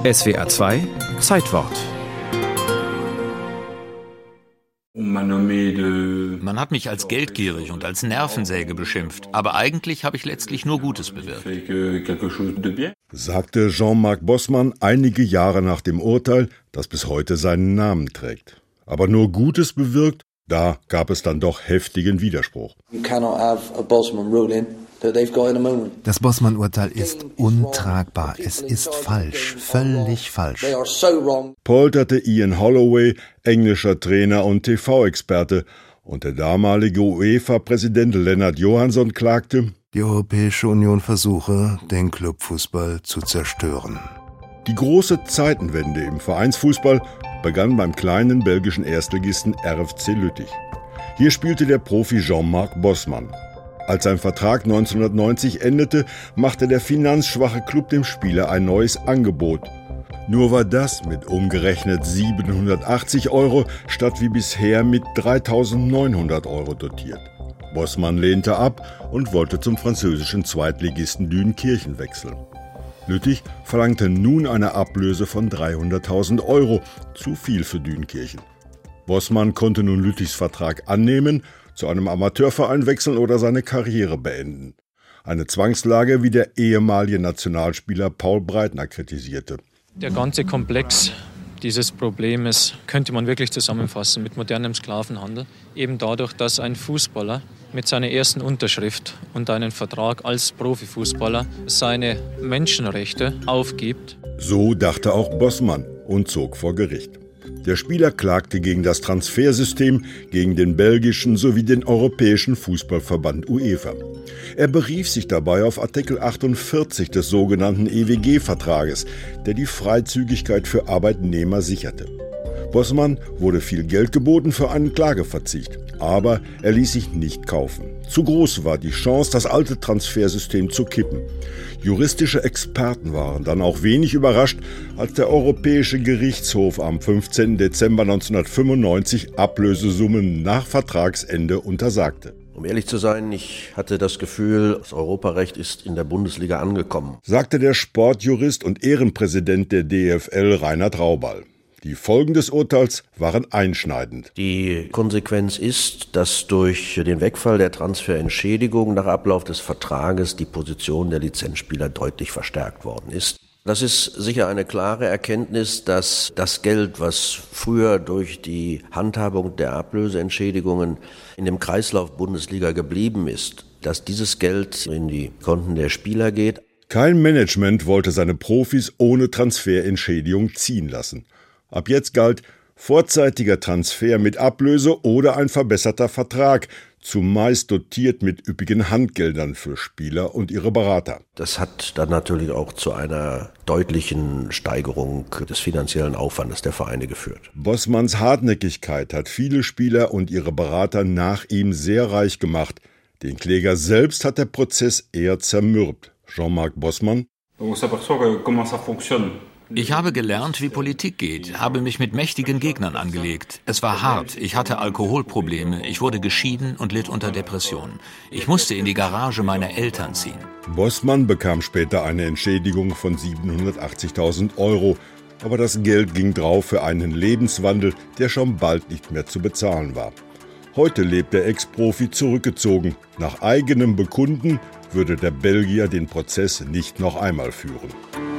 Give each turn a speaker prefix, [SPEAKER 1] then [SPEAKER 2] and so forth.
[SPEAKER 1] SWR 2 Zeitwort.
[SPEAKER 2] Man hat mich als geldgierig und als Nervensäge beschimpft, aber eigentlich habe ich letztlich nur Gutes bewirkt.
[SPEAKER 3] Sagte Jean-Marc Bossmann einige Jahre nach dem Urteil, das bis heute seinen Namen trägt. Aber nur Gutes bewirkt, da gab es dann doch heftigen Widerspruch.
[SPEAKER 4] Das Bossmann-Urteil ist untragbar. Es ist falsch, völlig falsch.
[SPEAKER 3] Polterte Ian Holloway, englischer Trainer und TV-Experte. Und der damalige UEFA-Präsident Lennart Johansson klagte:
[SPEAKER 4] Die Europäische Union versuche, den Clubfußball zu zerstören.
[SPEAKER 3] Die große Zeitenwende im Vereinsfußball begann beim kleinen belgischen Erstligisten RFC Lüttich. Hier spielte der Profi Jean-Marc Bossmann. Als sein Vertrag 1990 endete, machte der finanzschwache Klub dem Spieler ein neues Angebot. Nur war das mit umgerechnet 780 € statt wie bisher mit 3.900 € dotiert. Bossmann lehnte ab und wollte zum französischen Zweitligisten Dünkirchen wechseln. Lüttich verlangte nun eine Ablöse von 300.000 €, zu viel für Dünkirchen. Bossmann konnte nun Lüttichs Vertrag annehmen, zu einem Amateurverein wechseln oder seine Karriere beenden. Eine Zwangslage, wie der ehemalige Nationalspieler Paul Breitner kritisierte.
[SPEAKER 5] Der ganze Komplex dieses Problems könnte man wirklich zusammenfassen mit modernem Sklavenhandel. Eben dadurch, dass ein Fußballer mit seiner ersten Unterschrift und einem Vertrag als Profifußballer seine Menschenrechte aufgibt.
[SPEAKER 3] So dachte auch Bossmann und zog vor Gericht. Der Spieler klagte gegen das Transfersystem, gegen den belgischen sowie den europäischen Fußballverband UEFA. Er berief sich dabei auf Artikel 48 des sogenannten EWG-Vertrages, der die Freizügigkeit für Arbeitnehmer sicherte. Bossmann wurde viel Geld geboten für einen Klageverzicht, aber er ließ sich nicht kaufen. Zu groß war die Chance, das alte Transfersystem zu kippen. Juristische Experten waren dann auch wenig überrascht, als der Europäische Gerichtshof am 15. Dezember 1995 Ablösesummen nach Vertragsende untersagte.
[SPEAKER 6] Um ehrlich zu sein, ich hatte das Gefühl, das Europarecht ist in der Bundesliga angekommen,
[SPEAKER 3] sagte der Sportjurist und Ehrenpräsident der DFL Reinhard Raubal. Die Folgen des Urteils waren einschneidend.
[SPEAKER 6] Die Konsequenz ist, dass durch den Wegfall der Transferentschädigung nach Ablauf des Vertrages die Position der Lizenzspieler deutlich verstärkt worden ist. Das ist sicher eine klare Erkenntnis, dass das Geld, was früher durch die Handhabung der Ablöseentschädigungen in dem Kreislauf Bundesliga geblieben ist, dass dieses Geld in die Konten der Spieler geht.
[SPEAKER 3] Kein Management wollte seine Profis ohne Transferentschädigung ziehen lassen. Ab jetzt galt vorzeitiger Transfer mit Ablöse oder ein verbesserter Vertrag, zumeist dotiert mit üppigen Handgeldern für Spieler und ihre Berater.
[SPEAKER 6] Das hat dann natürlich auch zu einer deutlichen Steigerung des finanziellen Aufwandes der Vereine geführt.
[SPEAKER 3] Bossmanns Hartnäckigkeit hat viele Spieler und ihre Berater nach ihm sehr reich gemacht. Den Kläger selbst hat der Prozess eher zermürbt. Jean-Marc Bossmann:
[SPEAKER 2] Ich habe gelernt, wie Politik geht, habe mich mit mächtigen Gegnern angelegt. Es war hart, ich hatte Alkoholprobleme, ich wurde geschieden und litt unter Depressionen. Ich musste in die Garage meiner Eltern ziehen.
[SPEAKER 3] Bossmann bekam später eine Entschädigung von 780.000 €, aber das Geld ging drauf für einen Lebenswandel, der schon bald nicht mehr zu bezahlen war. Heute lebt der Ex-Profi zurückgezogen. Nach eigenem Bekunden würde der Belgier den Prozess nicht noch einmal führen.